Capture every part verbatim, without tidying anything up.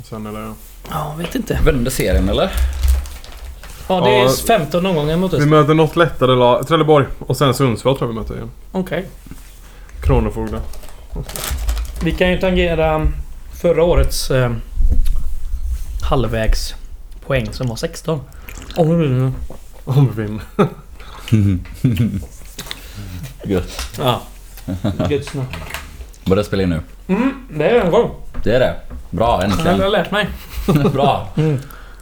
sen eller? Ja, jag vet inte. Vände serien eller? Ja, det är Ja, femton omgångar mot oss. Vi möter något lättare lag, Trelleborg och sen Sundsvall tror jag vi möter igen. Okej. Okay. Kronofogden. Vi kan ju tangera förra årets eh, halvvägs poäng som var sexton. Om vi vinner. Om vi vinner. Gött. Ja. Gött snart. Börjar spela in nu. Mm, det är en gång. Det är det. Bra, Jag äntligen. har lärt mig. Bra. Mm.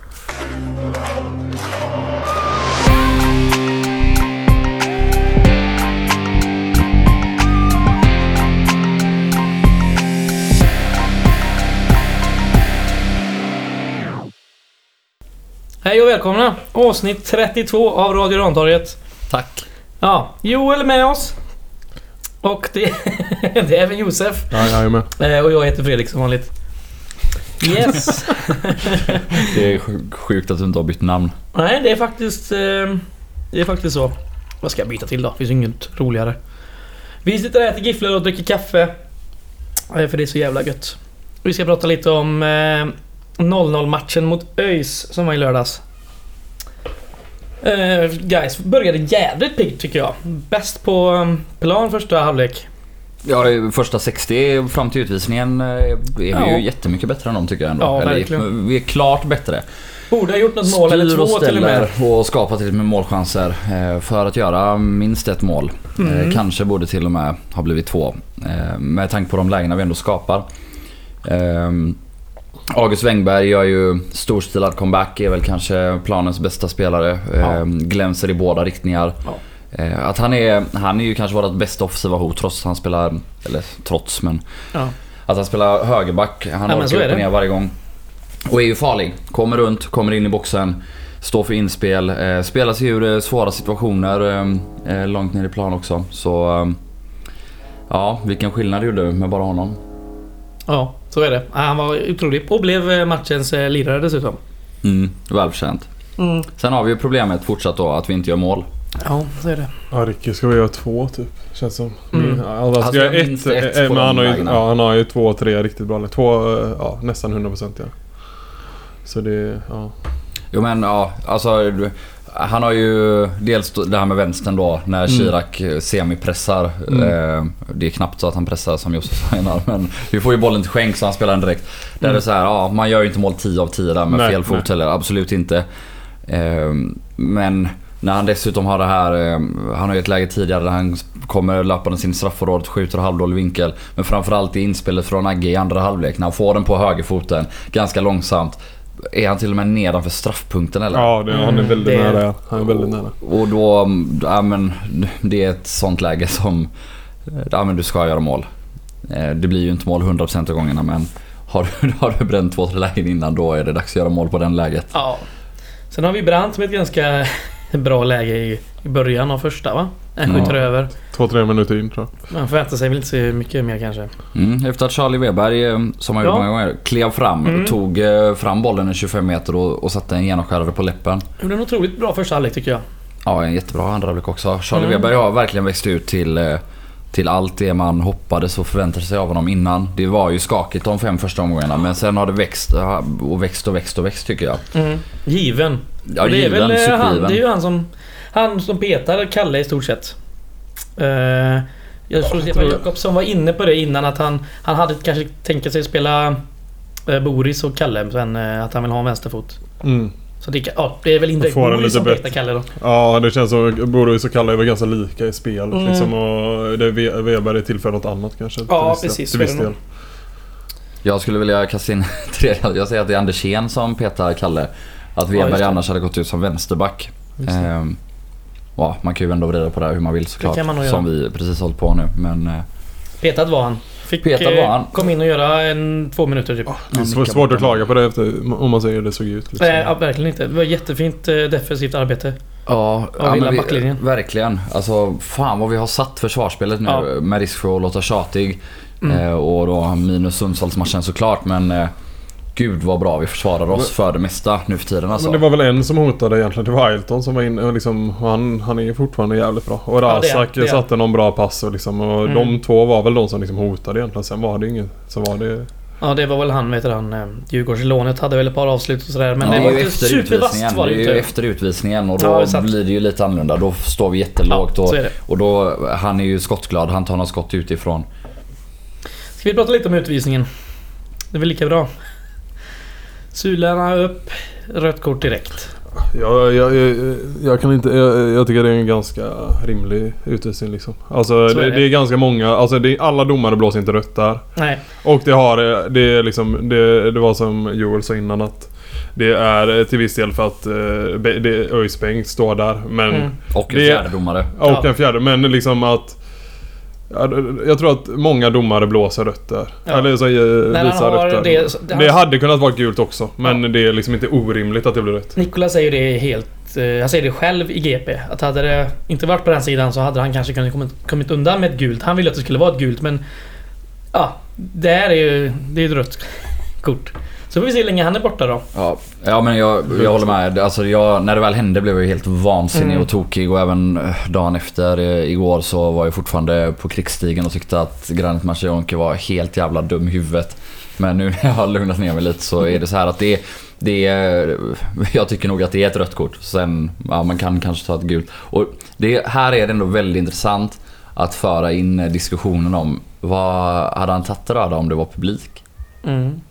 Hej och välkomna. Avsnitt trettiotvå av Radio Rantorget. Tack. Ja, Joel är med oss. Och det, det är även Josef. Ja, jag är med. Eh, och jag heter Fredrik som vanligt. Yes. Det är sjukt att du inte har bytt namn. Nej, det är faktiskt eh, det är faktiskt så. Vad ska jag byta till då? Det finns inget roligare. Vi sitter här till gifflar och dricker kaffe. Eh, för det är så jävla gött. Vi ska prata lite om eh, noll noll-matchen mot ÖIS som var i lördags. Uh, guys, började jävligt piggt tycker jag. Bäst på um, plan första halvlek. Ja, första sextio fram till utvisningen är vi Ja. ju jättemycket bättre än dem tycker jag ändå. Ja, Eller, verkligen. vi är klart bättre. Borde ha gjort något mål eller Styr och två till och med. ställer och skapar till med målchanser eh, för att göra minst ett mål. Mm. Eh, kanske borde till och med ha blivit två. Eh, med tanke på de lägena vi ändå skapar. Eh, August Wengberg gör ju storstilad comeback, är väl kanske planens bästa spelare. Ja. Eh, glänser i båda riktningar. Ja. Eh, att han är, han är ju kanske vårt bästa offensiva hot trots att han spelar, eller trots men Ja. att han spelar högerback. Han Ja, men så orkar är upp och det. ner varje gång. Och är ju farlig. Kommer runt, kommer in i boxen, står för inspel, eh, spelar sig ur eh, svåra situationer eh, långt ner i plan också. Så eh, ja, vilken skillnad gjorde du med bara honom? Ja, så är det. Han var otrolig och blev eh, matchens eh, lirare dessutom. Mm, välförtjänt. Mm. Sen har vi ju problemet fortsatt då att vi inte gör mål. Ja, så är det. Ja, Ricky ska vi göra två typ. Känns som. Mm. Ja, alltså, Han ska jag ska ett, minst ett eh, på men han har de ju, lägena. ja, han har ju två, tre riktigt bra. Två, eh, ja, nästan hundra procent ja. Så det, ja. Jo men ja, alltså han har ju dels det här med vänstern då när Chirac semipressar. Mm. Eh, det är knappt så att han pressar som Josef menar, men vi får ju bollen till skänk så han spelar den direkt. Där Mm. är det så här, ja, man gör ju inte mål tio av tio där med Nej, fel fot nej. heller, absolut inte. Eh, men när han dessutom har det här, eh, han har ju ett läge tidigare där han kommer löpande sin straffområdet, skjuter halvdålig vinkel, men framförallt i inspelet från Agge i andra halvlek när han får den på högerfoten ganska långsamt. Är han till och med nedanför straffpunkten eller? Ja, det, han är väldigt det- nära. Ja. Han är väldigt nära. Och då, ja men det är ett sånt läge som, ja men du ska göra mål. Eh, Det blir ju inte mål hundra procent av gångerna, men har du, har du bränt två, tre lägen innan, då är det dags att göra mål på den läget. Ja. Sen har vi Brandt med ett ganska bra läge i, i början av första va? Han skjuter Ja. över. Två, tre minuter in tror jag. Man förväntar sig väl inte så mycket mer kanske. Mm, efter att Charlie Weberg, eh, som har gjort Ja. många gånger, klev fram, Mm. tog eh, fram bollen i tjugofem meter och, och satte en genomskärare på läppen. Gjorde en otroligt bra första halvlek tycker jag. Ja, en jättebra andra halvlek också. Charlie Mm. Weberg har verkligen växt ut till, eh, till allt det man hoppades och förväntade sig av honom innan. Det var ju skakigt de fem första omgångarna, men sen har det växt och växt och växt och växt tycker jag. Mm. Given. Ja, Och det är given, väl eh, han, supergiven. det är ju han som han som petar Kalle i stort sett. Uh, jag tror Stefan Jakobsson var inne på det innan att han han hade kanske tänkt sig spela uh, Boris och Kalle sen uh, att han vill ha en vänsterfot. Mm. Så det, ja, det är väl indirekt Får han Boris lite som bättre. petar Kalle då. Ja, det känns som Boris och Kalle är väl ganska lika i spel. Mm. Liksom, och det är Weberg är till för något annat kanske. Ja, till viss- precis, Till så är viss det del. nog. Jag skulle vilja kasta in tredje. Jag säger att det är Andersén som petar Kalle. Att just Weberg det. annars hade gått ut som vänsterback. Just det. Ehm, ja, man kan ju ändå vrida på det här hur man vill såklart. kan man nog som vi precis hållit på nu. Men eh, Petad var han. Fick, Petad var eh, han. Kom in och göra en två minuter typ. Det är svårt, svårt att klaga på det efter, om man säger hur det såg ut. Liksom. Eh, ja, verkligen inte. Det var jättefint eh, defensivt arbete. ja, ja hela men vi, backlinjen. verkligen. Alltså fan vad vi har satt försvarsspelet nu. Ja. Med risk för att låta tjatig. Mm. Eh, och då minus Sundsvallsmatchen såklart. Men eh, gud vad bra vi försvarar oss för det mesta nu för tiden alltså. Men det var väl en som hotade egentligen. Det var Ailton som var inne och liksom, han, han är ju fortfarande jävligt bra. Och Ja, det är- Razak det är. satte någon bra pass och, liksom, och Mm. de två var väl de som liksom hotade egentligen. Sen var det inget. Så var det... Ja, det var väl han, vet du, han eh, Djurgårdslånet hade väl ett par avslut och sådär. Men ja, det det var är ju inte efter supervast utvisningen. var Det det är inte. ju efter utvisningen och då Ja, exakt. blir det ju lite annorlunda. Då står vi jättelågt Ja, och, så är det. och då, han är ju skottglad. Han tar något skott utifrån. Ska vi prata lite om utvisningen? Det är väl lika bra. Sularna upp, rött kort direkt. Jag, jag, jag, jag kan inte... Jag, jag tycker det är en ganska rimlig utvisning liksom. Alltså Så är det, det. det är ganska många... Alltså det, alla domare blåser inte rött där. Nej. Och det har... Det är liksom... Det, det var som Joel sa innan att... Det är till viss del för att uh, det, Öjsbänk står där. Men... Mm. Och en Det- fjärde domare. Och Ja. en fjärde. Men liksom att... ja, Jag tror att många domare blåser rött där. Ja. Eller så När han visar har rött där. det- Det, det- hade kunnat vara gult också. Men det är liksom inte orimligt att det blir rött. Nikola säger det helt... eh, Han säger det själv i G P. Att hade det inte varit på den sidan så hade han kanske kunnat kommit, kommit undan med ett gult. Han ville att det skulle vara ett gult, men... Ja, det här är ju... Det är ett rött kort. Så får vi se hur länge han är borta då. Ja, ja men jag, jag håller med. Alltså jag, när det väl hände blev jag helt vansinnig Mm. och tokig. Och även eh, dagen efter eh, igår så var jag fortfarande på krigsstigen och tyckte att Granit Maciejonki var helt jävla dum i huvudet. Men nu när jag har lugnat ner mig lite så är det så här att det, det är... Jag tycker nog att det är ett rött kort. Sen, ja, man kan kanske ta ett gult. Och det, här är det ändå väldigt intressant att föra in diskussionen om vad hade han tagit det röda om det var publik? Mm.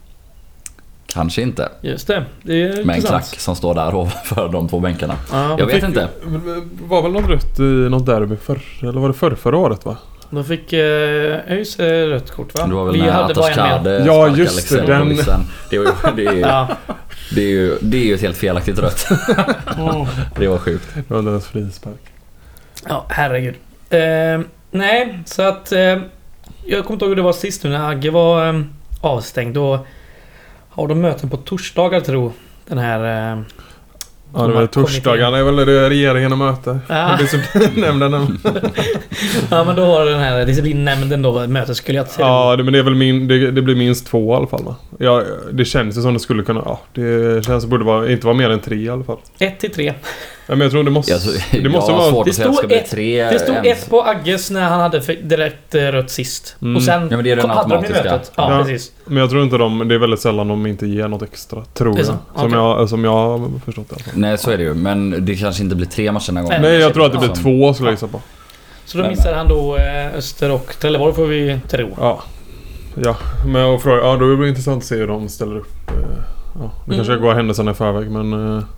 Kanske inte. Just det. Det är Med en intressant. klack som står där ovanför de två bänkarna. Ja, Jag vet Fick- inte. Var väl något rött i något derby förr? Eller var det förr, förra året va? då fick eh, ÖIS eh, rött kort, va? Det var väl Vi när hade bara en med. Atashkade Ja, sparkade just det, Alexander den- Poulsen. Det är ju, det är, ju- Ja. det är ju det är ju ett helt felaktigt rött. Mm. Det var sjukt. Det var deras frispark. Ja, herregud. Eh, nej, så att... Eh, jag kommer inte ihåg hur det var sist nu när Agge var eh, avstängd. Då har de möten på torsdagar, tror den här... Eh, Ja, det var torsdagarna är väl det regeringen och möte. Ja. Disciplinnämnden. ja, men då har den här disciplinnämnden då möte, skulle jag säga. Ja, det, men det är väl min, det, det blir minst två i alla fall va? Ja, det känns ju som det skulle kunna... Ja, det känns det borde vara, inte vara mer än tre i alla fall. Ett till tre. Ja, men jag tror det måste... Alltså, det måste jag har vara... svårt Det att säga att det ska stod bli ett- tre. Det stod ens. ett på Agges när han hade för- direkt eh, rött sist. Mm. Och sen Ja, men det är den hade de ju automatiska. mötet. Ja, Ja. precis. Men jag tror inte de... Det är väldigt sällan de inte ger något extra. Tror Det är jag. så? Som, Okej. jag. som jag har förstått det i alla fall. Nej, så är det ju. Men det kanske inte blir tre matcher den här gången. Nej, Nej, jag tror att det blir Som- två skulle jag gissa på. Så då Men- missar han då eh, Öster och Trelleborg, får vi tro. Ja. Ja, men jag frågar... Ja, då blir det intressant att se hur de ställer upp. eh, Ja, det kanske Mm. går händelserna i förväg, men... eh,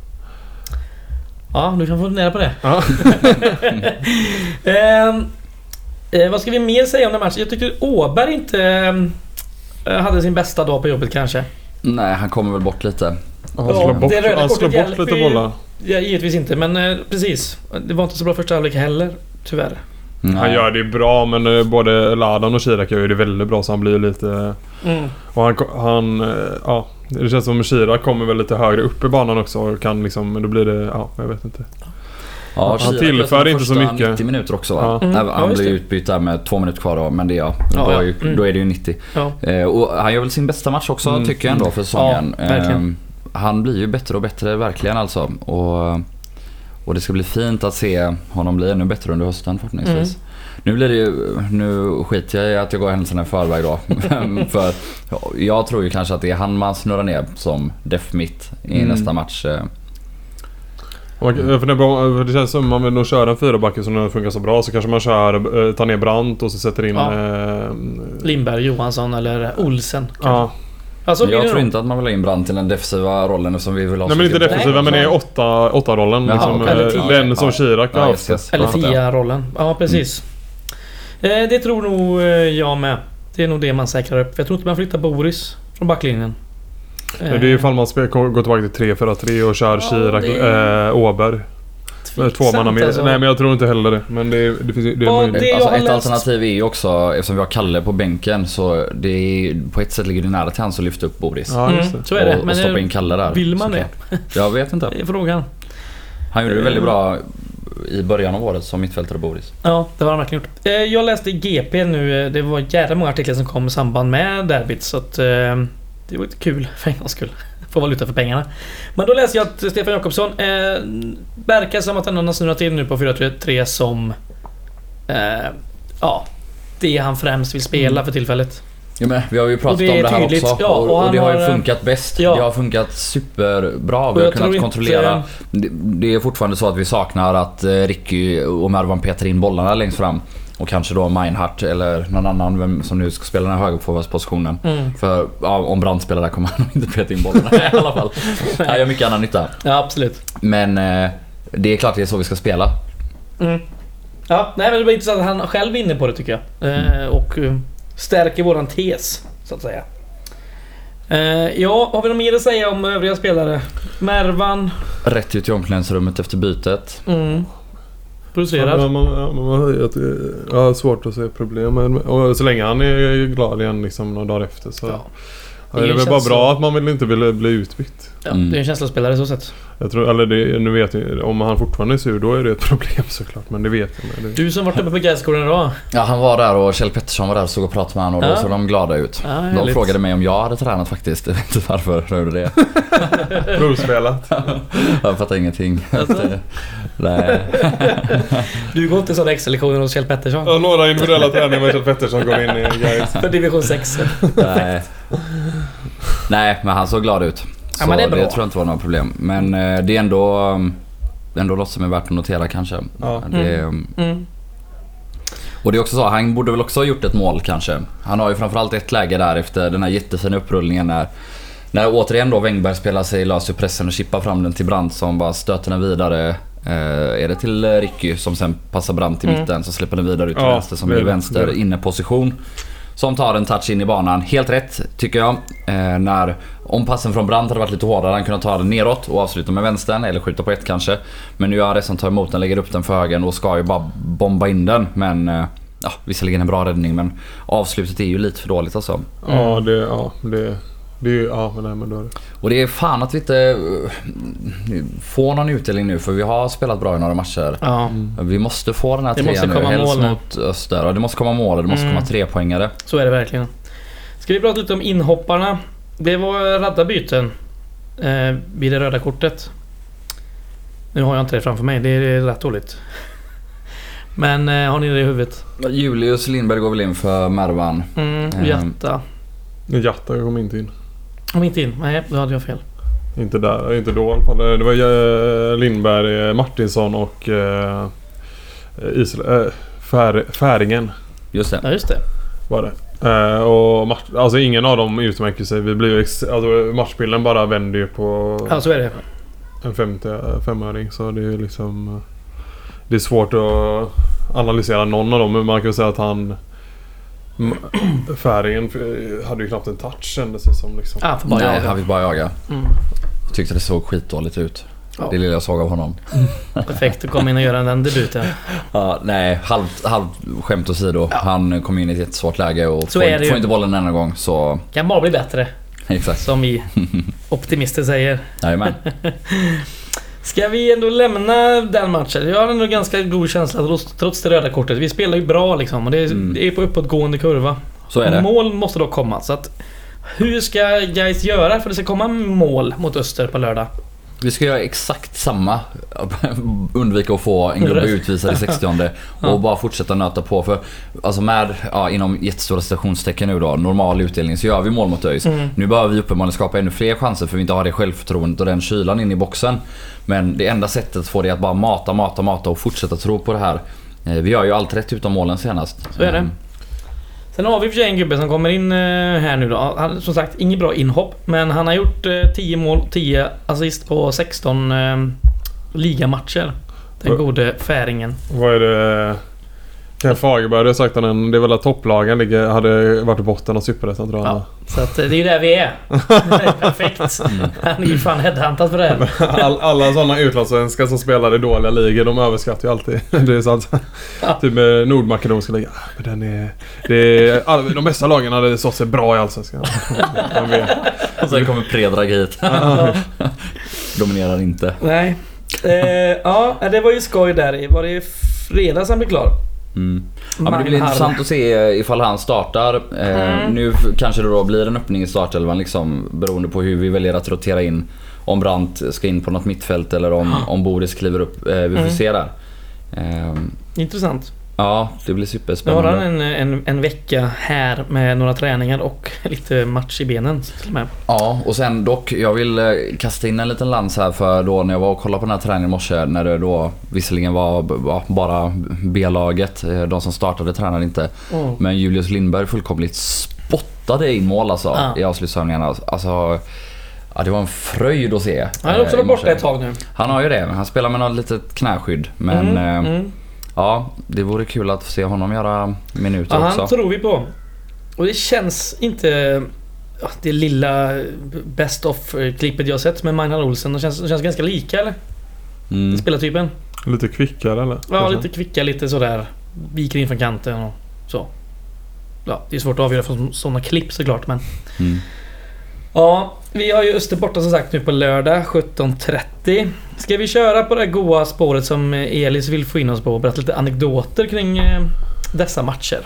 Ja, du kan få fundera på det. Ja. Ehm, eh, vad ska vi mer säga om den matchen? Jag tycker Åberg inte eh, hade sin bästa dag på jobbet kanske. Nej, han kommer väl bort lite. Han Ja, slår bort, det röda han slår kortet bort hjälper lite ju. bollar. Ja, givetvis inte, men eh, precis. Det var inte så bra första halvlek heller, tyvärr. Han Nej. gör det bra, men eh, både Ladan och Chirac gör ju det väldigt bra, så han blir lite... Mm. Och han, han... eh, Ja, det känns som Chirac kommer väl lite högre upp i banan också och kan liksom... Då blir det... Ja, jag vet inte. Ja, Han Chirac tillför gör de inte så första mycket. nittio minuter också va? Ja. Mm, Nej, ja, han just blir det. utbytt där med två minuter kvar då, men det är ja. Ja, då, är ja. ju, Mm. då är det ju nittio. Ja. Eh, och han gör väl sin bästa match också Mm. tycker jag ändå för säsongen. Ja, verkligen. Eh, han blir ju bättre och bättre verkligen alltså. Och, och det ska bli fint att se honom bli ännu bättre under hösten förhoppningsvis. Mm. Nu blir det ju, nu skiter jag i att jag går händelserna i förväg då. För jag tror ju kanske att det är han man snurrar ner som def mitt i Mm. nästa match. eh. Och man, för, det är bra, för det känns som man vill nog köra en fyrabacke som det funkar så bra, så kanske man kör... eh, tar ner Brandt och så sätter in... Ja. Eh, Lindberg, Johansson eller Olsen. kanske. ja. Alltså, Men blir jag det tror nog. inte att man vill ha in Brandt till den defensiva rollen eftersom vi vill ha Nej, men inte så mycket- defensiva, men det är Nej. åtta, åtta rollen Jaha, liksom, okej. eh, Eller tio. den som Ja. Chirac har Ja, haft. yes, yes. Eller Ja, ja. tia-rollen. Ja, precis. Eh, det tror nog eh, jag med. Det är nog det man säkrar upp. Jag tror inte man flyttar Boris från backlinjen. Det är ju ifall man spel, går tillbaka till tre fyra tre och kör Ja, Chirac, det är- eh, Åberg. Med två man med. alltså. Nej, men jag tror inte heller det. Men det, det finns ju- det är Ja, möjligt. det- jag Alltså har ett läst- alternativ är ju också, eftersom vi har Kalle på bänken så det är, på ett sätt ligger det nära till han att lyfta upp Boris. Ja, just det. Mm, så är det. och, och Men stoppa eh, in Kalle där. vill man det? såklart. Jag vet inte. Det är frågan. Han gjorde det väldigt bra i början av året som mittfältare Boris. Ja, det har han verkligen gjort. Eh, jag läste i G P nu. eh, Det var jävla många artiklar som kom i samband med derbyt. Så att eh, det var lite kul för en gångs skull. Få valuta för pengarna. Men då läste jag att Stefan Jakobsson eh, verkar som att han har snurrat till nu på fyra tre tre som eh, ja, det han främst vill spela Mm. för tillfället. Ja, men vi har ju pratat det om det här tydligt. också Ja, och, och, och det har ju har, funkat bäst. Ja. Det har funkat superbra. Vi har kunnat kontrollera. Inte... Det, det är fortfarande så att vi saknar att Ricky och Mervan petar in bollarna längst fram. Och kanske då Meinhardt eller någon annan vem som nu ska spela den här högerforwardspositionen. Mm. För ja, om Brandt spelar där kommer han inte peta in bollarna i alla fall. Han gör mycket annan nytta. Ja, absolut. Men eh, det är klart det är så vi ska spela. Mm. Ja, nej, men det var intressant att han själv är inne på det tycker jag. Eh, och uh, stärker våran tes, så att säga. Eh, ja, har vi något mer att säga om övriga spelare? Mervan. Rätt ut i omklädningsrummet efter bytet. Mm. Producerad. Ja, man, ja, man, jag, jag har svårt att se problem. Men, och så länge han är glad igen liksom, några dagar efter så... Ja. Ja, det är, det är väl bara bra att man vill inte vill bli utbytt. Ja, det är en känslospelare så sett. Jag tror, eller det, nu vet jag, om han fortfarande är sur då är det ett problem såklart, men det vet jag. Det... Du som varit uppe på Gaisgården idag. Ja, han var där och Kjell Pettersson var där och såg och pratade med honom och ja. då såg de glada ut. Ja, de frågade mig om jag hade tränat faktiskt. Jag vet inte varför jag gjorde det. Provspelat. Jag fattar ingenting. Alltså. Nej. Du går inte sådana extra lektioner hos Kjell Pettersson. Ja, några individuella träningar med Kjell Pettersson går in i Gais. För division sex. Nej. Nej, men han såg glad ut. Så ja, men det, är bra. det tror jag inte var några problem. Men eh, det är ändå ändå något som är värt att notera kanske. Ja. Det, mm. Mm. Och det är också så, han borde väl också ha gjort ett mål kanske. Han har ju framförallt ett läge där efter den här jättefina upprullningen när när återigen då Wängberg spelar sig lös ur pressen och chippar fram den till Brandt som bara stöter den vidare. Eh, är det till Ricky som sen passar Brandt i mm. mitten så släpper den vidare ut till ja, vänster som är i vänster inneposition. Som tar en touch in i banan. Helt rätt tycker jag. Eh, när om passen från Brandt hade varit lite hårdare han kunde ta den neråt och avsluta med vänstern eller skjuta på ett kanske. Men nu är det som tar emot den, lägger upp den för högen och ska ju bara bomba in den. Men eh, ja, visserligen en bra räddning men avslutet är ju lite för dåligt alltså. Mm. Ja, det ja, det det är ja, men nej, men då är det. Och det är fan att vi inte uh, får någon utdelning nu för vi har spelat bra i några matcher. Ja. Mm. Vi måste få den här det trean nu helst mål mot Öster och det måste komma mål och det måste mm. komma tre poängare. Så är det verkligen. Ska vi prata lite om inhopparna? Det var radda byten eh, vid det röda kortet. Nu har jag inte det framför mig, det är rätt dåligt. Men eh, har ni det i huvudet? Julius Lindberg går väl in för Mervan. Mm, Jatta. Jatta kom inte in. Kom inte in? Nej, då hade jag fel. Inte där, inte då i alla fall. Det var Lindberg, Martinsson och eh, Isla, eh, Fär, Färingen. Just det. Ja, just det. Var det. Eh, och Mart, alltså ingen av dem utmärker sig. Vi blir ju ex, alltså matchbilden bara vänder ju på ja, så är det. En femtiofem-öring så det är liksom det är svårt att analysera någon av dem men man kan säga att han Färingen hade ju knappt en touch kändes det som liksom. Ah, bara Nej, han fick bara jaga. Mm. Jag tyckte det såg skitdåligt ut. Ja. Det lilla jag såg av honom. Perfekt att komma in och göra den debuten. Ja, nej, halv, halv skämt åsido. Ja. Han kom in i ett jättesvårt läge och så får, får inte bollen en gång så... Kan bara bli bättre. Exakt. Som vi optimister säger. Jajamän. Ska vi ändå lämna den matchen? Jag har ändå ganska god känsla trots det röda kortet. Vi spelar ju bra liksom och det är, mm. det är på uppåtgående kurva. Så är det. Mål måste då komma så att hur ska Gais göra för att det ska komma mål mot Öster på lördag? Vi ska göra exakt samma. Undvika att få en gubbe utvisad i sextionde och ja. bara fortsätta nöta på för alltså med ja, inom jättestora stationstecken nu då normal utdelning så gör vi mål mot ÖIS. Mm. Nu behöver vi uppenbarligen skapa ännu fler chanser för vi inte har det självförtroendet och den kylan in i boxen. Men det enda sättet att få det är att bara mata, mata, mata och fortsätta tro på det här. Vi gör ju allt rätt utom målen senast. Så är det. Sen har vi för sig en gubbe som kommer in här nu då. Han, som sagt, inget bra inhopp. Men han har gjort tio mål, tio assist på sexton eh, ligamatcher. Den Va? gode Färingen. Vad är det? Ken Fagerberg hade sagt att den, det är väl att topplagen ligger, hade varit i botten och superettan tror jag. Ja, så att det är ju där vi är. Det är perfekt. Mm. Han är ju fan headhuntad för det här. All, alla sådana utlandssvenskar som spelar i dåliga ligor, de överskattar ju alltid. Det är sant. Ja. Typ med nordmakedonska liga. Men den är, det är all, de bästa lagen hade stått sig bra i allsvenskan. Och sen kommer Predrag hit. Dominerar inte. Nej. Eh, ja, det var ju skoj där. Var det fredags han blev klar? Mm. Ja, men det blir intressant att se ifall han startar. eh, mm. Nu kanske det då blir en öppning i startelvan liksom, beroende på hur vi väljer att rotera in. Om Brandt ska in på något mittfält eller om, mm. om Boris kliver upp. eh, Vi får mm. se där. eh, Intressant. Ja, det blir Nu har superspännande. han en, en, en vecka här med några träningar och lite match i benen till och med. Ja, och sen dock, jag vill eh, kasta in en liten lans här för då när jag var och kollade på den här träningen i morse, när det då visserligen var b- bara B-laget, eh, de som startade tränade inte, Mm. men Julius Lindberg fullkomligt spottade in mål alltså Ja. i avslutsövningarna. Alltså, ja, det var en fröjd att se. Han har också eh, varit i morse. borta ett tag nu. Han har ju det, han spelar med något litet knäskydd, men Mm, eh, mm. ja, det vore kul att se honom göra minuter Ja, också. han tror vi på. Och det känns inte... Ja, det lilla best of-klippet jag sett med Magnus Olsen. Det känns, det känns ganska lika, eller? Mm. Spelartypen. Lite kvickare eller? Ja, Kanske? lite kvicka, lite sådär. Viker in från kanten och så. Ja, det är svårt att avgöra från sådana klipp såklart, men... Mm. Ja, vi har ju Öster borta som sagt nu på lördag sjutton trettio. Ska vi köra på det goa spåret som Elis vill få in oss på och berätta lite anekdoter kring eh, dessa matcher?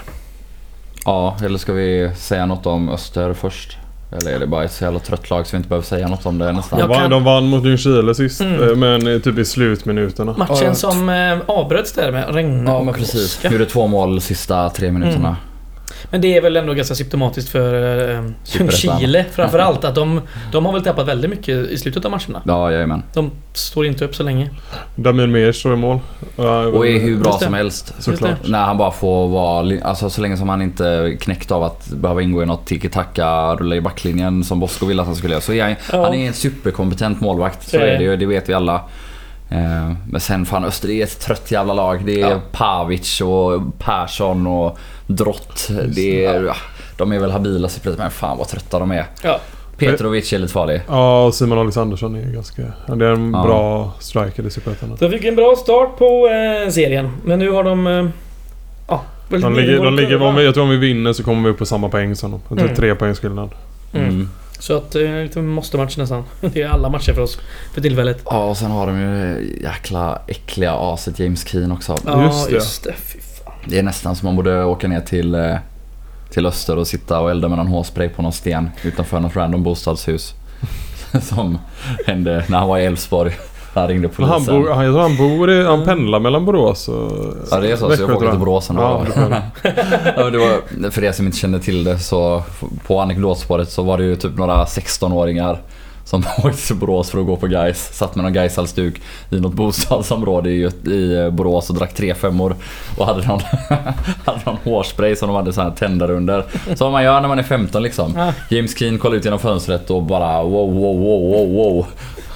Ja, eller ska vi säga något om Öster först? Eller är det bara ett så jävla trött lag så vi inte behöver säga något om det nästan? Jag De, vann, kan- de vann mot Ljungskile sist, Mm. eh, men eh, typ i slutminuterna. Matchen Ja. som eh, avbröts där med regn Ja, och men precis. åska. Gjorde två mål sista tre minuterna. Mm. Men det är väl ändå ganska symptomatiskt för eh, Superettan. Ljungskile framförallt. Att de, de har väl tappat väldigt mycket i slutet av matcherna. Ja, jajamän. De står inte upp så länge. Damir Mer står i mål. Ja, Och är hur bra Just det. som helst. Såklart. Just När han bara får vara, li- alltså så länge som han inte knäckt av att behöva ingå i något tiki-taka rulla i backlinjen som Bosko ville att han skulle göra. Så är han, Ja. han är en superkompetent målvakt. Så Det är är det ju, det vet vi alla. Eh, Men sen fan Öster är ett trött jävla lag. Det är Ja. Pavic och Persson och Drott. Det är, ja, de är väl habila superettan, men fan vad trötta de är. Ja. Petrovic är lite farlig. Ja, och Simon Alexandersson är ganska... Ja, det är en Ja. bra striker i Superettan. De fick en bra start på eh, serien. Men nu har de... Eh, ja, väldigt De ligger, de nedgång ligger, kurva. om vi, jag tror om vi vinner så kommer vi upp på samma poäng som dem. Jag tror Mm. tre poängs skillnad. Mm. Mm. Så att det är lite måste-match nästan. Det är alla matcher för oss för tillfället. Ja, och sen har de ju jäkla äckliga aset James Keen också. Ja, Just just det. det. Fy fan. Det är nästan som man borde åka ner till, eh, till Öster och sitta och elda med någon hårspray på någon sten utanför något random bostadshus. Som hände när han var i Älvsborg. Han ringde Men Han polisen. bor, han, jag tror han bor i... Han pendlar mellan Borås och... Ja, det är så, så jag får åka till Borås sen. Ja, Ja, det får jag. ja, det var, för er som inte känner till det så på anekdotspåret så var det ju typ några sexton-åringar som åkte till Borås för att gå på Gais. Satt med någon Gaishalsduk i något bostadsområde i, i Borås och drack tre femmor och hade någon, hade någon hårspray som de hade så här tändare under. Som man gör när man är femton liksom. Ja. James Keen kollar ut genom fönstret och bara wow, wow, wow, wow, wow.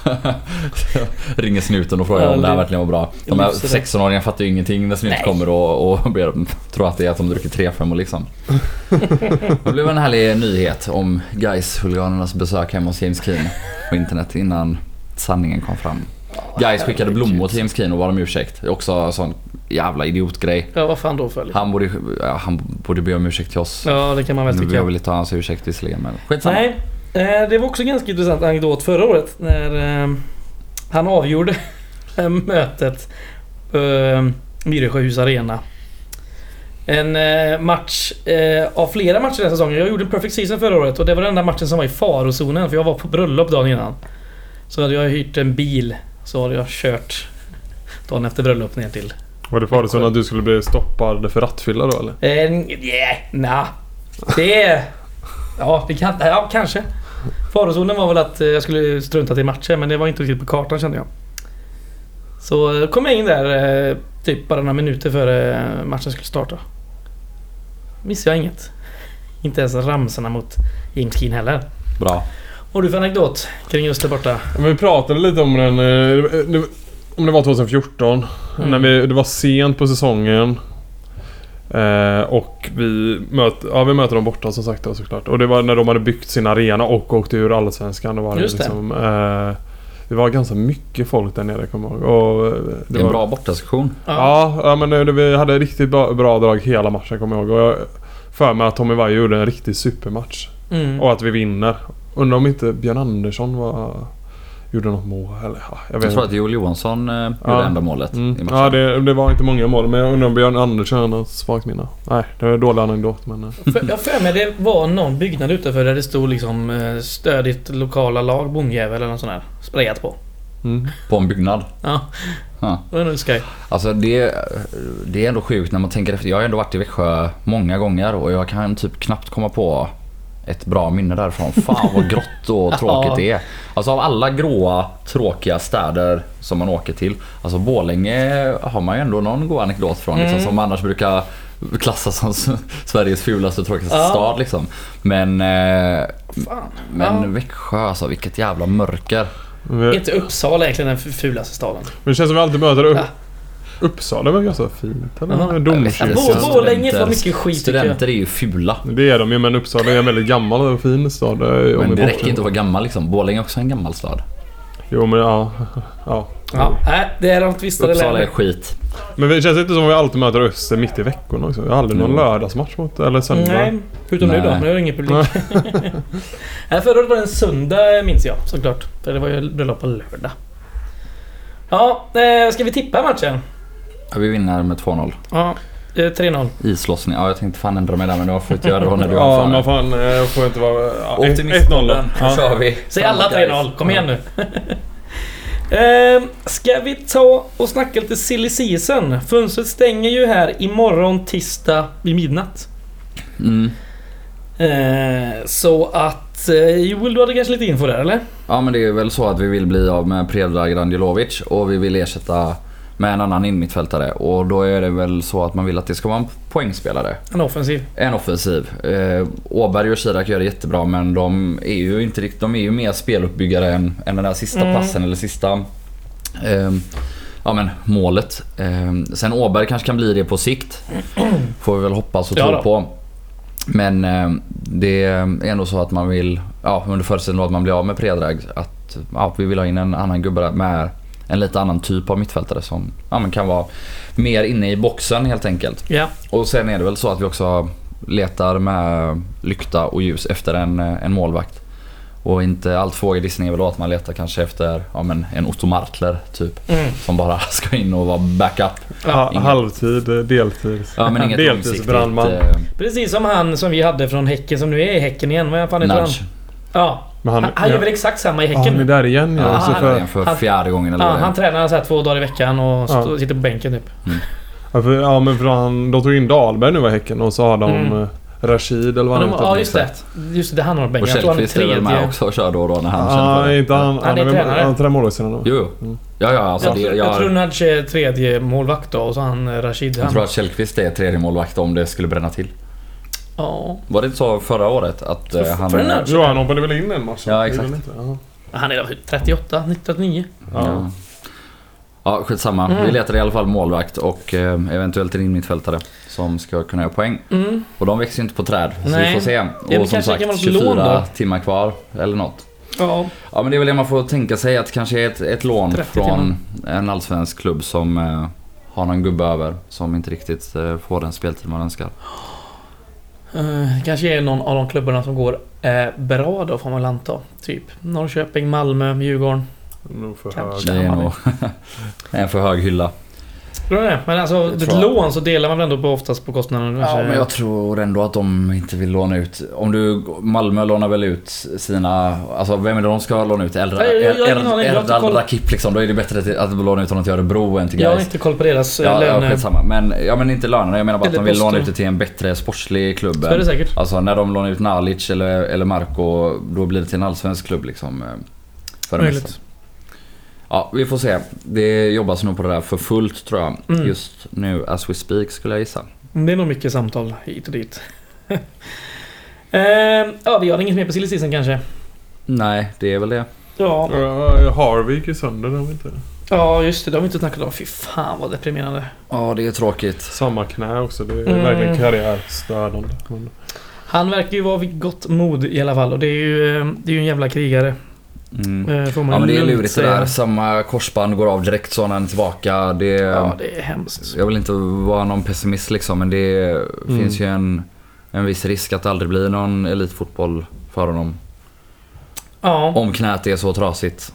Ringer snuten och frågar Ja, om det här det- verkligen var bra. De här Just det. sexton-åringar fattar ju ingenting när snuten Nej. kommer och, och ber, tror att det är att de dricker tre femmor liksom. Det blev en härlig nyhet om Gais-huliganernas besök hemma hos James Keen på internet innan sanningen kom fram. Gais skickade blommor till James Keen och bad om ursäkt. Det är också en sån jävla idiotgrej. Ja, vad fan då för? Han borde, ja, han borde be om ursäkt till oss. Ja, det kan man väl Nu tycka. vill jag väl inte ta hans ursäkt visserligen, men skitsamma. Nej, eh, det var också ganska intressant anekdot förra året när eh, han avgjorde eh, mötet på eh, Myresjöhus Arena. En eh, match eh, av flera matcher den här säsongen. Jag gjorde en perfect season förra året och det var den enda matchen som var i farozonen för jag var på bröllop dagen innan. Så hade jag hyrt en bil så hade jag kört dagen efter bröllop ner till. Var det farozonen att du skulle bli stoppad för rattfylla då eller? Eh, yeah, nah. Det är... Ja, det kan, ja, kanske. Farozonen var väl att eh, jag skulle strunta till matcher, men det var inte riktigt på kartan kände jag. Så kom jag in där eh, typ bara några minuter före eh, matchen skulle starta. Missade jag inget. Inte ens ramsorna mot James Keen heller. Bra. Och du för anekdot kring just där borta? Men vi pratade lite om den... eh, det- Om det var tjugohundrafjorton. Mm. När vi, det var sent på säsongen. Eh, och vi, möt, ja, vi möter dem borta som sagt då, såklart. Och det var när de hade byggt sin arena och åkte ur Allsvenskan. Då var det Just det. liksom... Eh, det var ganska mycket folk där nere, kommer jag ihåg. Och eh, Det det är en var, bra bortasektion. Ja, ja men det, vi hade riktigt bra, bra drag hela matchen, kommer jag ihåg. Och jag för mig att Tommy Vaiho gjorde en riktig supermatch. Mm. Och att vi vinner. Undrar om inte Björn Andersson var, gjorde något mål. Eller, ja, jag vet Jag tror inte. att Joel Johansson eh, gjorde Ja. enda målet i Mm. matchen. Ja, det, det var inte många mål. Men jag undrar om Björn Andersson har svagt minne. Nej, det var en dålig anekdot. Men, eh. För, jag för mig det var någon byggnad utanför där det stod liksom eh, stödigt lokala lag, bonjävel eller något sånt där sprayat på. Mm. På en byggnad. Ja, Ja. det var nog skoj. Alltså det, det är ändå sjukt när man tänker efter. Jag har ändå varit i Växjö många gånger och jag kan typ knappt komma på ett bra minne därifrån. Fan vad grått och tråkigt det är. Alltså av alla gråa, tråkiga städer som man åker till. Alltså Borlänge har man ju ändå någon god anekdot från. Mm. Liksom, som annars brukar klassas som Sveriges fulaste och tråkigaste Ja. stad liksom. Men, eh, Fan. men Ja. Växjö alltså, vilket jävla mörker. Men, Inte Uppsala egentligen den fulaste staden. men det känns som vi alltid möter upp. Ja. Uppsala var ganska fint. Eller? Ja. Domkyrkan. Ja, Bo- Borlänge får mycket skit, tycker jag. Studenter är ju fula. Det är de ju, men Uppsala är en väldigt gammal och fin stad. Men det räcker inte att vara gammal liksom. Borlänge är också en gammal stad. Jo men ja. ja. Ja, nej, det är de tvistade Uppsala är länder. skit. Men det känns inte som att vi alltid möter Öster mitt i veckorna också. Jag har aldrig någon Mm. lördagsmatch mot, eller söndag. Nej, utom nu då. Nej. Nu är det ingen publik. Nej, förra året var det en söndag minns jag såklart. För det var ju bröllop på lördag. Ja, eh, ska vi tippa matchen? Ja, vi vinner med två noll. Ja, eh, tre noll. Islossning. Ja, jag tänkte fan ändra mig där men jag får inte göra det när du Ja, har man fan. fan eh, får inte vara... Ja, Optimistbollen. Nu Ja. kör vi. Säg alla tre noll. Kom igen nu. Eh, ska vi ta och snacka lite silly season? Fönstret stänger ju här imorgon tisdag vid midnatt. Mm. Eh, så att... Eh, Joel, du hade kanske lite info där, eller? Ja, men det är väl så att vi vill bli av med Predrag Randilovic och vi vill ersätta med en annan inmittfältare. Och då är det väl så att man vill att det ska vara en poängspelare. En offensiv. En offensiv. Eh, Åberg och Kirak gör det jättebra men de är ju inte riktigt, de är ju mer speluppbyggare än, än den där sista Mm. passen eller sista eh, ja men målet. Eh, sen Åberg kanske kan bli det på sikt. Får vi väl hoppas och Ja tro då. på. Men eh, det är ändå så att man vill, ja under förutsättning att man blir av med Predrag, att ja, vi vill ha in en annan gubbe där med en lite annan typ av mittfältare som ja, men kan vara mer inne i boxen helt enkelt. Ja. Och sen är det väl så att vi också letar med lykta och ljus efter en, en målvakt. Och inte allt fråga gissning är väl då att man letar kanske efter ja, men en Otto Martler typ. Mm. Som bara ska in och vara backup. Ha, Inget. halvtid, eh, deltid. Ja, men inget Deltidsbrandman. långsiktigt. Eh, Precis som han som vi hade från Häcken som nu är i Häcken igen. Vad fan heter han? nudge. Ja. Men Han, han, han gör ja. väl exakt samma i Ja, Häcken han är nu? där igen ja. Ja, så han- för, för han- fjärde gången eller Ja, vad det är. han tränar så här två dagar i veckan och Ja. stå, sitter på bänken typ. ja, för, ja men för han, de tog in Dahlberg nu var Häcken och så har de Mm. eh, Rashid eller vad Men han de, heter. ja just det. Just det, han har Och bänken. Jag tror han är Källqvist är väl med tredje. också och kör då och då när han Ja, känner för det. inte han. Han är väl- tränare. Han tränar målvaktssidan då. Jo, jo. Mm. Ja, ja, alltså Jag, det, tror- jag, jag tror Nudge är tredje målvakt då och så han eh, Rashid. jag Han. tror att Källqvist är tredje målvakt om det skulle bränna till. Ja. Var det inte så förra året att Så eh, han... för en nudge? Jo, han hoppade väl in en match. Ja, exakt. Gjorde han inte? Ja. Han är trettioåtta, nittonio. Ja. Ja. Ja, skitsamma. Mm. Vi letar i alla fall målvakt och eh, eventuellt en inmittfältare som ska kunna göra poäng. Mm. Och de växer inte på träd, så Nej. vi får se. men Och som kanske sagt, kan vara ett lån tjugofyra då. timmar kvar eller något. Ja. Ja, men det är väl det man får tänka sig, att kanske ett, ett lån trettio från en allsvensk klubb som eh, har någon gubbe över som inte riktigt eh, får den speltid man önskar. Uh, kanske är någon av de klubbarna som går eh, bra då får man väl anta. Typ Norrköping, Malmö, Djurgården. Nog för Kanske. hög. Det är Ja, nog en för hög hylla. Tror du det? Men alltså ett tror jag. lån så delar man väl ändå på oftast på kostnaden. Ja, kanske. men jag tror ändå att de inte vill låna ut. Om du, Malmö lånar väl ut sina, alltså vem är det de ska låna ut? Eldar, Nej, jag- jag har ingen aning. Jag har inte Erdal koll. Rakip liksom, då är det bättre till att låna ut honom till Örebro än till Jag har Gais. inte koll på deras eh, Ja, ja, löner. skitsamma. Men, ja, men inte lönerna, jag menar bara att Eller de vill poster. låna ut det till en bättre sportslig klubb. Så är det säkert. Alltså när de lånar ut Nalic eller, eller Marco, då blir det till en allsvensk klubb liksom. eh, För det Möjligt. mesta. Ja, vi får se. Det jobbas nog på det där för fullt tror jag. Mm. Just nu as we speak skulle jag gissa. Det är nog mycket samtal hit och dit. eh, ja, vi har inget mer på silly season kanske. Nej, det är väl det. Ja. Ja, Harvey gick i sönder de inte. ja, just det. Det har vi inte snackat om. Fy fan vad deprimerande. Ja, det är tråkigt. Samma knä också. Det är Mm. verkligen karriärstörande. Men, Han verkar ju vara vid gott mod i alla fall. Och det är ju, eh, det är ju en jävla krigare. Mm. Eh, får man Ja, men det är lugnt lurigt det säga. där. Samma korsband går av direkt så när han är tillbaka. Det, Ja, det är hemskt. jag vill inte vara någon pessimist liksom, men det Mm. finns ju en, en viss risk att det aldrig blir någon elitfotboll för honom. Ja. Om knät är så trasigt.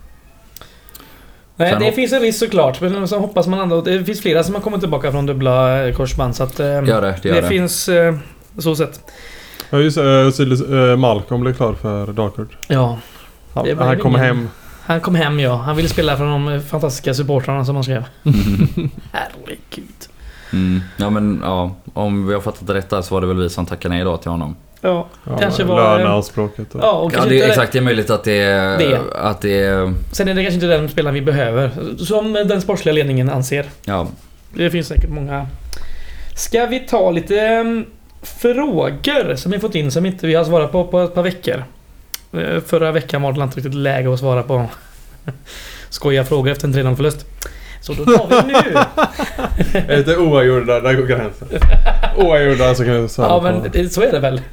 Nej, Sen det hopp- finns en risk såklart. Men så hoppas man ändå. Det finns flera som har kommit tillbaka från dubbla eh, korsband. Så att eh, Gör det, det gör det. finns eh, så sätt. ja, just äh, Malcolm blev klar för Darkwood. Ja. Han, Det var han ju kommer ingen- hem. Han kom hem, ja. Han ville spela för de fantastiska supportrarna som han skrev. Herregud. Mm. Ja men ja, om vi har fattat det rätt där så var det väl vi som tackade nej då till honom. Ja, Ja, kanske var... löneanspråket. Och... Ja, och Ja, kanske det är inte exakt, det är möjligt att det är... Det. Att det är Sen är det kanske inte den spelaren vi behöver. Som den sportsliga ledningen anser. ja. Det finns säkert många. Ska vi ta lite um, frågor som vi fått in som inte vi har svarat på på ett par veckor. Uh, förra veckan var det inte riktigt läge att svara på skoja frågor efter en tre noll förlust. Så då tar vi nu. Är det oavgjorda, där går gränsen. Oavgjorda så kan vi svara Ja, på. men det, så är det väl.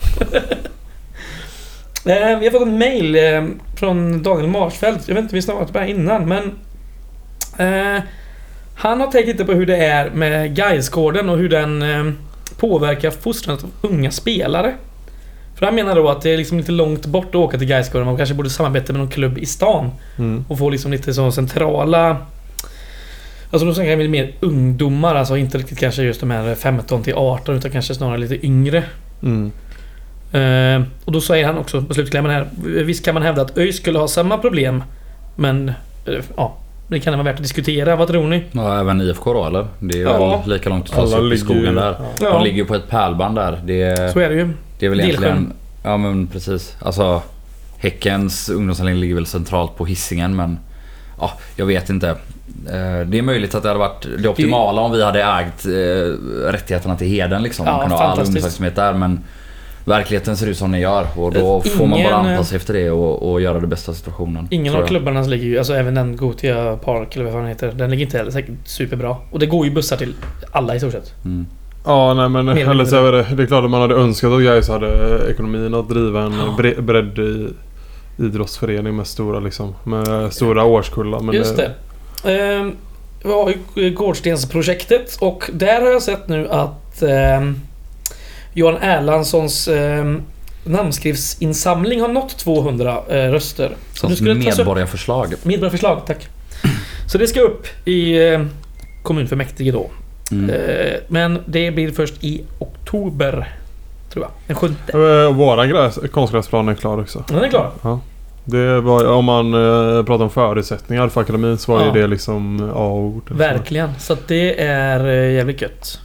eh, vi har fått en mail eh, från Daniel Marsfält. Jag vet inte om vi snart på det här innan, men eh, han har tänkt lite på hur det är med Gaisgården och hur den eh, påverkar fostran av unga spelare. För han menar då att det är liksom lite långt bort att åka till Gaisgården. Man kanske borde samarbeta med någon klubb i stan Mm. och få liksom lite så centrala... Alltså då snackar vi mer ungdomar, alltså inte riktigt kanske just de här femton till arton utan kanske snarare lite yngre. Mm. Uh, och då säger han också på slutklämmen här: visst kan man hävda att ÖIS skulle ha samma problem, men uh, ja, det kan vara värt att diskutera. Vad tror ni? Ja, även I F K då eller? Det är Ja. väl lika långt att ta Alla sig upp i ligger skogen ju- där. ja. Ja. De ligger ju på ett pärlband där. Det är, Så är det ju. det är väl Delsjön. egentligen... Ja men precis. Alltså Häckens ungdomsanläggning ligger väl centralt på Hisingen, men ja, jag vet inte. Eh, Det är möjligt att det hade varit det optimala om vi hade ägt eh, rättigheterna till Heden liksom. Ja, Man kan ha all fantastiskt. ungdomsverksamhet där, men verkligheten ser ut som den gör och då Eh, får man bara ingen, anpassa sig efter det och, och göra det bästa av situationen. Ingen tror av jag. klubbarna ligger ju, alltså även den Gothia Park eller vad fan heter, den ligger inte heller säkert superbra. Och det går ju bussar till alla i stort sett. Mm. Ja, nej men Mer eller eller så mindre. är det, det är klart att man hade önskat att Gais hade ekonomin att driva en bre, bredd i idrottsförening med stora liksom, med stora årskullar. Men Just det. Ehm, Vi har ju Gårdstensprojektet och där har jag sett nu att ehm, Johan Erlandssons ehm, namnskrivsinsamling har nått tvåhundra eh, röster. Så nu Som ska det tas upp. medborgarförslag. Medborgarförslag, tack. Så det ska upp i eh, kommunfullmäktige då. Mm. Eh, men det blir först i oktober, tror jag. Den sjunde. Eh, Våran gräs, konstgräsplan är klar också. Den är klar. Det var, om man eh, pratar om förutsättningar för akademin så var Ja. ju det liksom A och ord. Verkligen. Så att det är eh, jävligt gött.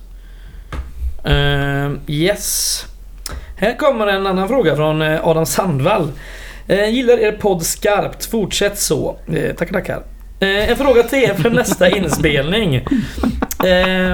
Uh, yes. Här kommer en annan fråga från eh, Adam Sandvall. Uh, gillar er podd skarpt. Fortsätt så. Uh, tackar, tackar. Uh, en fråga till er för nästa inspelning. Uh,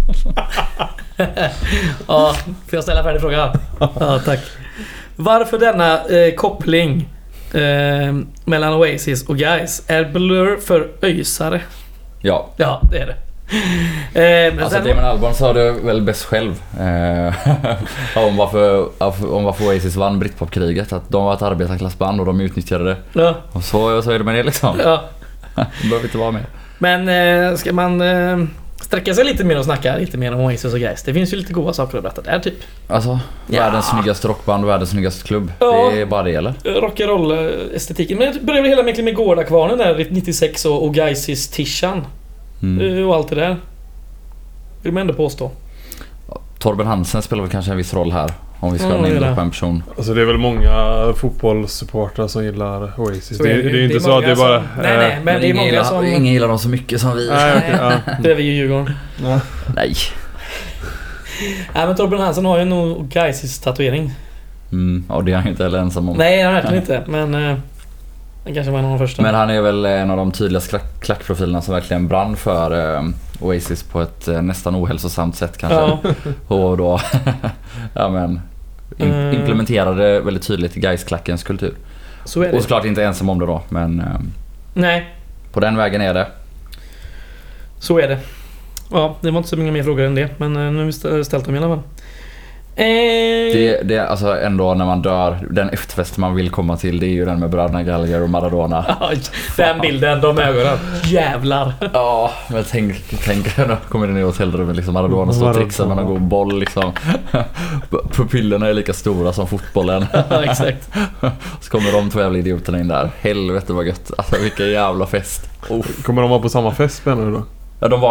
ja, får jag ställa en färdig fråga? Ja, tack. Varför denna eh, koppling eh, mellan Oasis och Gais? Är Blur för öjsare? Ja. Ja, det är det. Eh, men Alltså sen, Damon Albarn sa det väl bäst själv eh, om, varför, om varför Oasis vann Britpop-kriget. Att de var ett arbetarklassband och de utnyttjade det. ja, Och så, så är det med det liksom. ja. De behöver inte vara med. Men eh, ska man eh, sträcka sig lite mer och snacka lite mer om Oasis och Gais? Det finns ju lite goda saker att berätta där typ. Alltså, Ja. världens snyggaste rockband, världens snyggaste klubb. Ja. Det är bara det eller? Rock'n'roll estetiken. Men det började väl hela med, med Gårdakvarnen där nittiosex och, och Gaisis Tishan Mm. eh, och allt det där. Vill man ändå påstå. Torben Hansen spelar väl kanske en viss roll här. Om vi ska Ja, det är nämna det. på en person. Alltså det är väl många fotbollssupportrar som gillar Oasis. Så Det, är det, det. är ju inte Det är så att det är många bara... som- nej, nej. Men det är ingen, många gillar, som- ingen gillar dem så mycket som vi. Nej, okej, ja. Det är vi i Djurgården. Ja. Nej. Nej, men Torben Hansen har ju nog Gaisis tatuering. Mm, och det är han ju inte heller ensam om. Nej, han verkligen inte. Men eh, han kanske var en av de första. Men han är väl en av de tydliga klack- klackprofilerna som verkligen brann för eh, Oasis på ett eh, nästan ohälsosamt sätt kanske. Ja. Och då ja, men, in- Mm. implementerade väldigt tydligt Gais-klackens kultur. Så är Och det. såklart inte ensam om det då, men eh, Nej, på den vägen är det. så är det. Ja, det var inte så många mer frågor än det. Men eh, nu har vi st- ställt dem i alla fall. Eh, Det, det är alltså ändå när man dör, den efterfest man vill komma till, det är ju den med bröderna Gallagher och Maradona. Aj, den bilden, de ögonen. Jävlar. Ja, men tänk, tänk då kommer det ner i hotellrummet liksom, Maradona står och trixar med någon god boll liksom. Pupillerna är lika stora som fotbollen. Ja, exakt. Så kommer de två jävla idioterna in där. Helvete vad gött. Alltså vilken jävla fest. Oh. Kommer de vara på samma fest menar du då? Ja, de var ju det.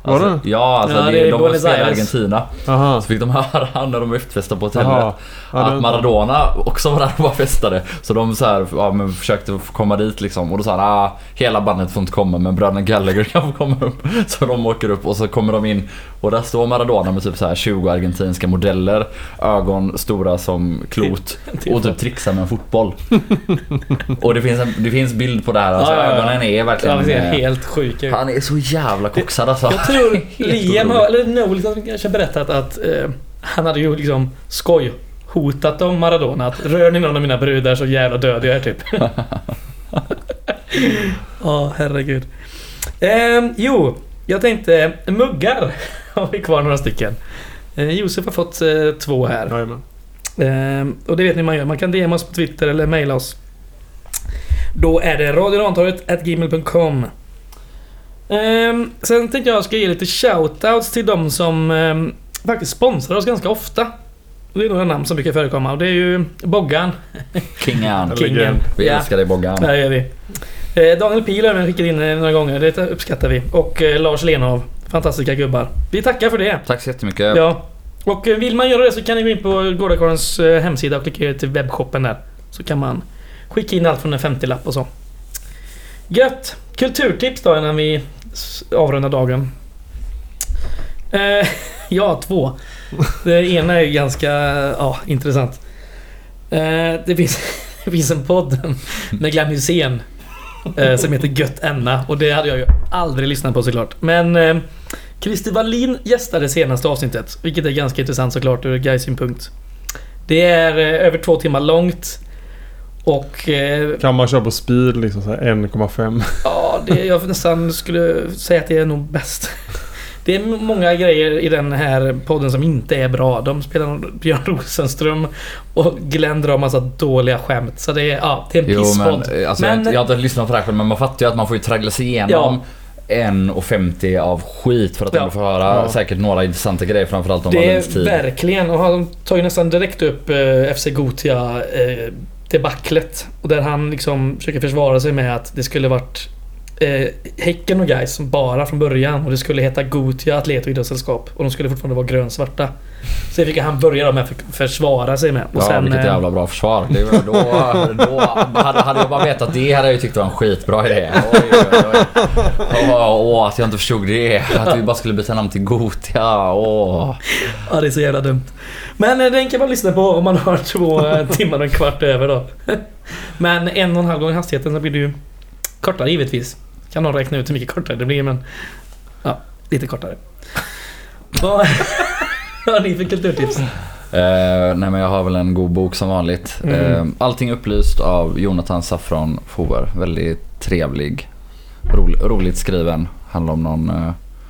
Var det? Alltså, ja, alltså Ja, det, det är de Buenos spelade i Aires. Argentina. Aha. Så fick de höra när de var efterfestade på hotellet. Jaha. Ja, det- att Maradona också var där och bara festade. Så de så här, ja, men försökte få komma dit liksom. Och då sa han, ah, hela bandet får inte komma, men bröderna Gallagher kan få komma upp. Så de åker upp och så kommer de in. Och där står Maradona med typ så här tjugo argentinska modeller. Ögon stora som klot. Och typ trixar med en fotboll. Och det finns, en, det finns bild på det här. Alltså, Ja, ja, ja. ögonen är verkligen... Ja, det ser eh, helt sjuk ut. han är så jävla koksad alltså. Jag tror Helt Liam otroligt. har, eller Noel har kanske berättat att eh, han hade ju liksom skoj hotat om Maradona att rör ni någon av mina brudar så jävla död jag är typ. Ja, herregud. Ehm, jo, jag tänkte muggar har vi kvar några stycken. Eh, Josef har fått eh, två här. Jajamän. Ehm, och det vet ni man gör. Man kan D M oss på Twitter eller mejla oss. Då är det radiorantorget at gmail dot com. Ehm, sen tänkte jag ska ge lite shoutouts till de som ehm, faktiskt sponsrar oss ganska ofta. Det är några namn som brukar förekomma och det är ju Boggan. Kingen. Kingen. Vi Ja. älskar dig Boggan. Där är vi. Eh, Daniel Pil har även skickat in eh, några gånger. Det uppskattar vi. Och eh, Lars Lenov. Fantastiska gubbar. Vi tackar för det. Tack så jättemycket. Ja. Och eh, vill man göra det så kan ni gå in på Gårdakorens eh, hemsida och klicka till webbshoppen där. Så kan man skicka in allt från en femtiolapp och så. Gött! Kulturtips då innan vi s- avrundar dagen. Eh, ja, två. Det ena är ganska ja, intressant. Eh, det, finns, det finns en podd med Glenn Hysén eh, som heter Gött Enna. Och det hade jag ju aldrig lyssnat på såklart. Men eh, Christer Wallin gästade senaste avsnittet, vilket är ganska intressant såklart ur Gais synpunkt. Det är eh, över två timmar långt. Och eh, Kan man köra på speed liksom så här en komma fem? ja, det, jag nästan skulle säga att det är nog bäst. Det är många grejer i den här podden som inte är bra. De spelar Björn Rosenström och Glenn drar massa dåliga skämt. Så det är, ja, det är en Jo, pisspodd. men, alltså, Men- jag, jag har inte lyssnat på det här själv, men man fattar ju att man får ju traggla sig igenom en och femtio av skit för att Ja. ändå få höra Ja. säkert några intressanta grejer, framförallt om Det Wallins är tid. verkligen. Och han tar ju nästan direkt upp eh, F C Gothia eh, debaclet. Och där han liksom försöker försvara sig med att det skulle varit eh, Häcken och Gais som bara från början. Och det skulle heta Gothia Atlet och idrottssällskap. Och de skulle fortfarande vara grönsvarta. Så det fick han börja med att för- försvara sig med. Och Ja, sen, vilket eh, jävla bra försvar. Det, var- då, då hade, hade jag bara vetat det hade jag ju tyckt det var en skitbra idé. Oj, oj, oj. Åh, åh, att jag inte förstod det. Att vi bara skulle byta namn till Gothia. Åh. Ja, det är så jävla dumt. Men eh, den kan man lyssna på om man har två eh, timmar och en kvart över då. Men en och en halv gång hastigheten så blir det ju kortare givetvis. Kan någon räkna ut hur mycket kortare det blir, men ja, lite kortare. Vad har ni för kulturtips? Eh, nej, men jag har väl en god bok som vanligt. Mm. Eh, allting upplyst av Jonathan Safran Foer. Väldigt trevlig. Rolig, roligt skriven. Handlar om någon, eh,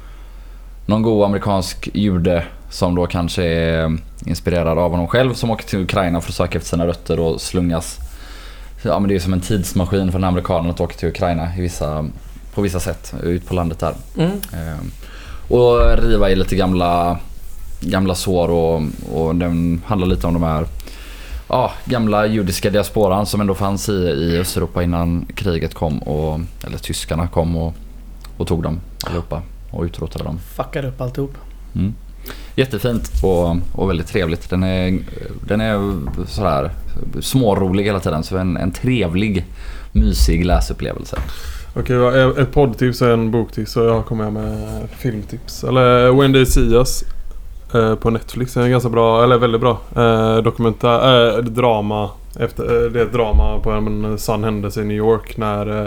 någon god amerikansk jude som då kanske är inspirerad av honom själv, som åker till Ukraina för att söka efter sina rötter och slungas. Ja, men det är som en tidsmaskin för den amerikanen att åka till Ukraina i vissa, på vissa sätt ut på landet där. Mm. Eh, och riva i lite gamla gamla sår och, och den handlar lite om de här ja, gamla judiska diasporan som ändå fanns i, i Östeuropa innan kriget kom och, eller tyskarna kom och, och tog dem allihopa och utrotade dem. Fuckar upp alltihop. Mm. Jättefint och, och väldigt trevligt. Den är, den är sådär smårolig hela tiden, så en, en trevlig, mysig läsupplevelse. Okej, okay, ett poddtips och en boktips, så jag kommer med filmtips. Eller When They See Us eh, på Netflix. Det är en ganska bra, eller väldigt bra eh, dokumentär, eh, drama efter, eh, det är ett drama på en sann händelse i New York när eh,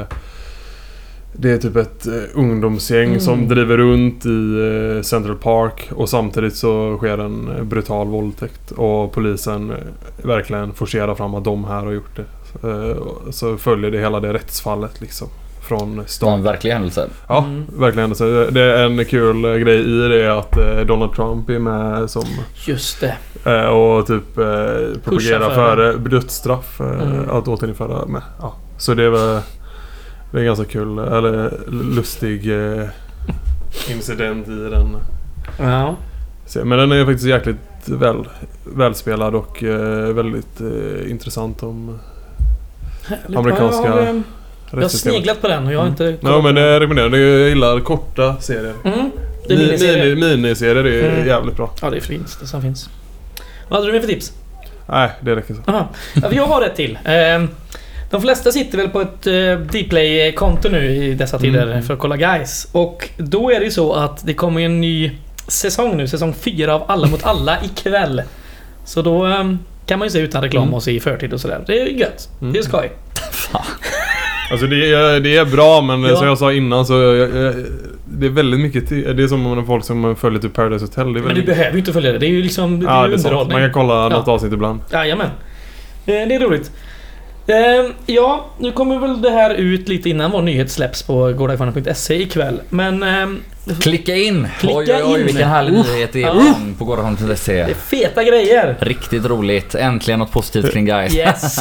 det är typ ett eh, ungdomsgäng Mm. som driver runt i eh, Central Park och samtidigt så sker en eh, brutal våldtäkt och polisen eh, verkligen forcerar fram att de här har gjort det. Eh, så följer det hela det rättsfallet liksom från Det var start. en verklig händelse. Ja, Mm. verkligen. Så det är en kul eh, grej i det är att eh, Donald Trump är med som Just det. eh, och typ eh, propagerar för för eh, dödsstraff eh, Mm. att återinföra med. Ja. Så det är väl det är ganska kul eller lustig eh, incident i den. Ja. Så, men den är faktiskt jäkligt väl välspelad och eh, väldigt eh, intressant om Härligt. Amerikanska Jag har, eh, jag har rättssystemet. sneglat på den och jag har inte Ja, men det rekommenderar. Jag gillar korta serier. Mm. Det är Mi- miniserie. mini- Miniserier är Mm. jävligt bra. Ja, det finns. Det som finns. Vad hade du med för tips? Nej, det räcker så. Aha. Ja, jag har ett till. Ehm, De flesta sitter väl på ett uh, Dplay-konto nu i dessa tider Mm. för att kolla guys. Och då är det ju så att det kommer en ny säsong nu, säsong fyra av Alla mot alla ikväll. Så då um, kan man ju se utan reklam Mm. och se i förtid och sådär. Det är gött. Mm. Det är skoj. Alltså det är, det är bra, men Ja. som jag sa innan så jag, jag, det är väldigt mycket till, det är som om folk som följer typ Paradise Hotel. Det är Men du väldigt, behöver ju inte följa det. Det är ju liksom det är ja, ju det är sant. underhållning. Man kan kolla något Ja. avsnitt ibland. Jajamän. Eh, Det är roligt. Eh, Ja, nu kommer väl det här ut lite innan vår nyhet släpps på gårdagskvarnen punkt se ikväll. Men ehm, Klicka in! Klicka oj, oj, oj, in. vilken härlig Uff. nyhet det är Ja. på gårdagskvarnen punkt se. det är feta grejer. Riktigt roligt. Äntligen något positivt kring guys. Yes.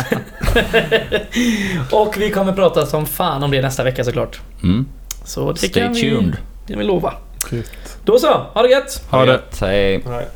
Och vi kommer prata som fan om det nästa vecka såklart. Mm. Så det Stay kan vi, tuned. det kan vi lova. Shit. Då så, ha det gött! Ha det. Hej. Nej.